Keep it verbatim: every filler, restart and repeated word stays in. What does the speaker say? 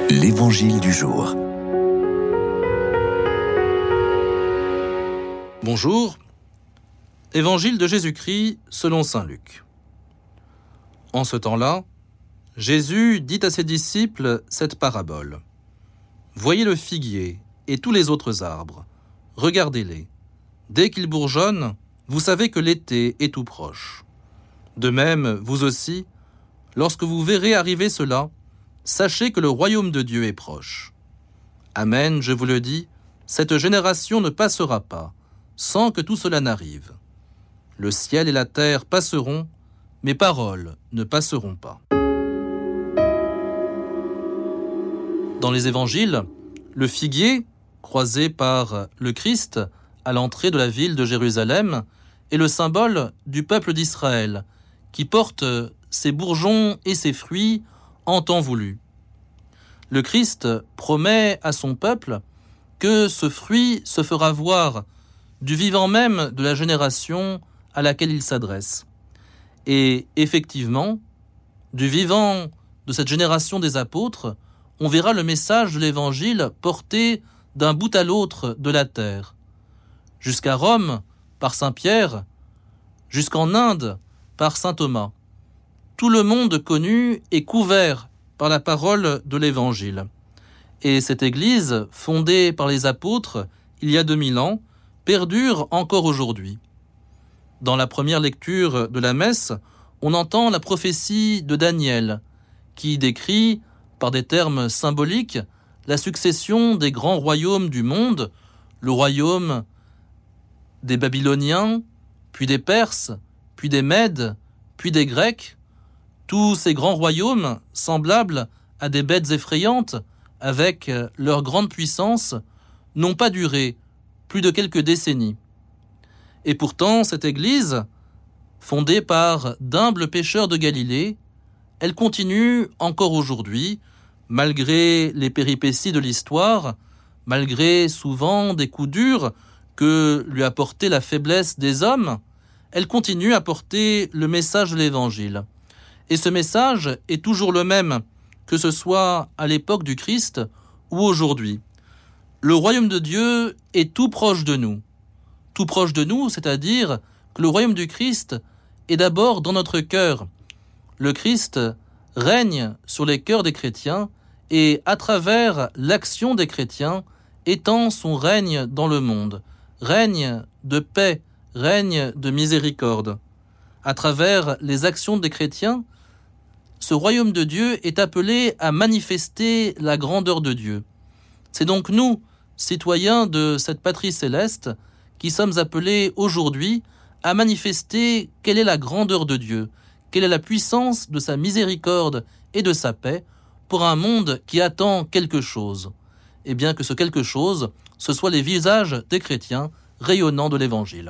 L'Évangile du jour. Bonjour, Évangile de Jésus-Christ selon saint Luc. En ce temps-là, Jésus dit à ses disciples cette parabole. « Voyez le figuier et tous les autres arbres, regardez-les. Dès qu'ils bourgeonnent, vous savez que l'été est tout proche. De même, vous aussi, lorsque vous verrez arriver cela, sachez que le royaume de Dieu est proche. Amen, je vous le dis, cette génération ne passera pas, sans que tout cela n'arrive. Le ciel et la terre passeront, mes paroles ne passeront pas. » Dans les évangiles, le figuier, croisé par le Christ à l'entrée de la ville de Jérusalem, est le symbole du peuple d'Israël, qui porte ses bourgeons et ses fruits en temps voulu. Le Christ promet à son peuple que ce fruit se fera voir du vivant même de la génération à laquelle il s'adresse. Et effectivement, du vivant de cette génération des apôtres, on verra le message de l'Évangile porté d'un bout à l'autre de la terre, jusqu'à Rome par saint Pierre, jusqu'en Inde par saint Thomas. Tout le monde connu est couvert par la parole de l'Évangile. Et cette Église, fondée par les apôtres il y a deux mille ans, perdure encore aujourd'hui. Dans la première lecture de la messe, on entend la prophétie de Daniel, qui décrit, par des termes symboliques, la succession des grands royaumes du monde, le royaume des Babyloniens, puis des Perses, puis des Mèdes, puis des Grecs. Tous ces grands royaumes, semblables à des bêtes effrayantes, avec leur grande puissance, n'ont pas duré plus de quelques décennies. Et pourtant, cette Église, fondée par d'humbles pêcheurs de Galilée, elle continue encore aujourd'hui, malgré les péripéties de l'histoire, malgré souvent des coups durs que lui a porté la faiblesse des hommes, elle continue à porter le message de l'Évangile. Et ce message est toujours le même, que ce soit à l'époque du Christ ou aujourd'hui. Le royaume de Dieu est tout proche de nous. Tout proche de nous, c'est-à-dire que le royaume du Christ est d'abord dans notre cœur. Le Christ règne sur les cœurs des chrétiens et, à travers l'action des chrétiens, étend son règne dans le monde. Règne de paix, règne de miséricorde. À travers les actions des chrétiens, ce royaume de Dieu est appelé à manifester la grandeur de Dieu. C'est donc nous, citoyens de cette patrie céleste, qui sommes appelés aujourd'hui à manifester quelle est la grandeur de Dieu, quelle est la puissance de sa miséricorde et de sa paix pour un monde qui attend quelque chose. Et bien que ce quelque chose, ce soit les visages des chrétiens rayonnant de l'Évangile.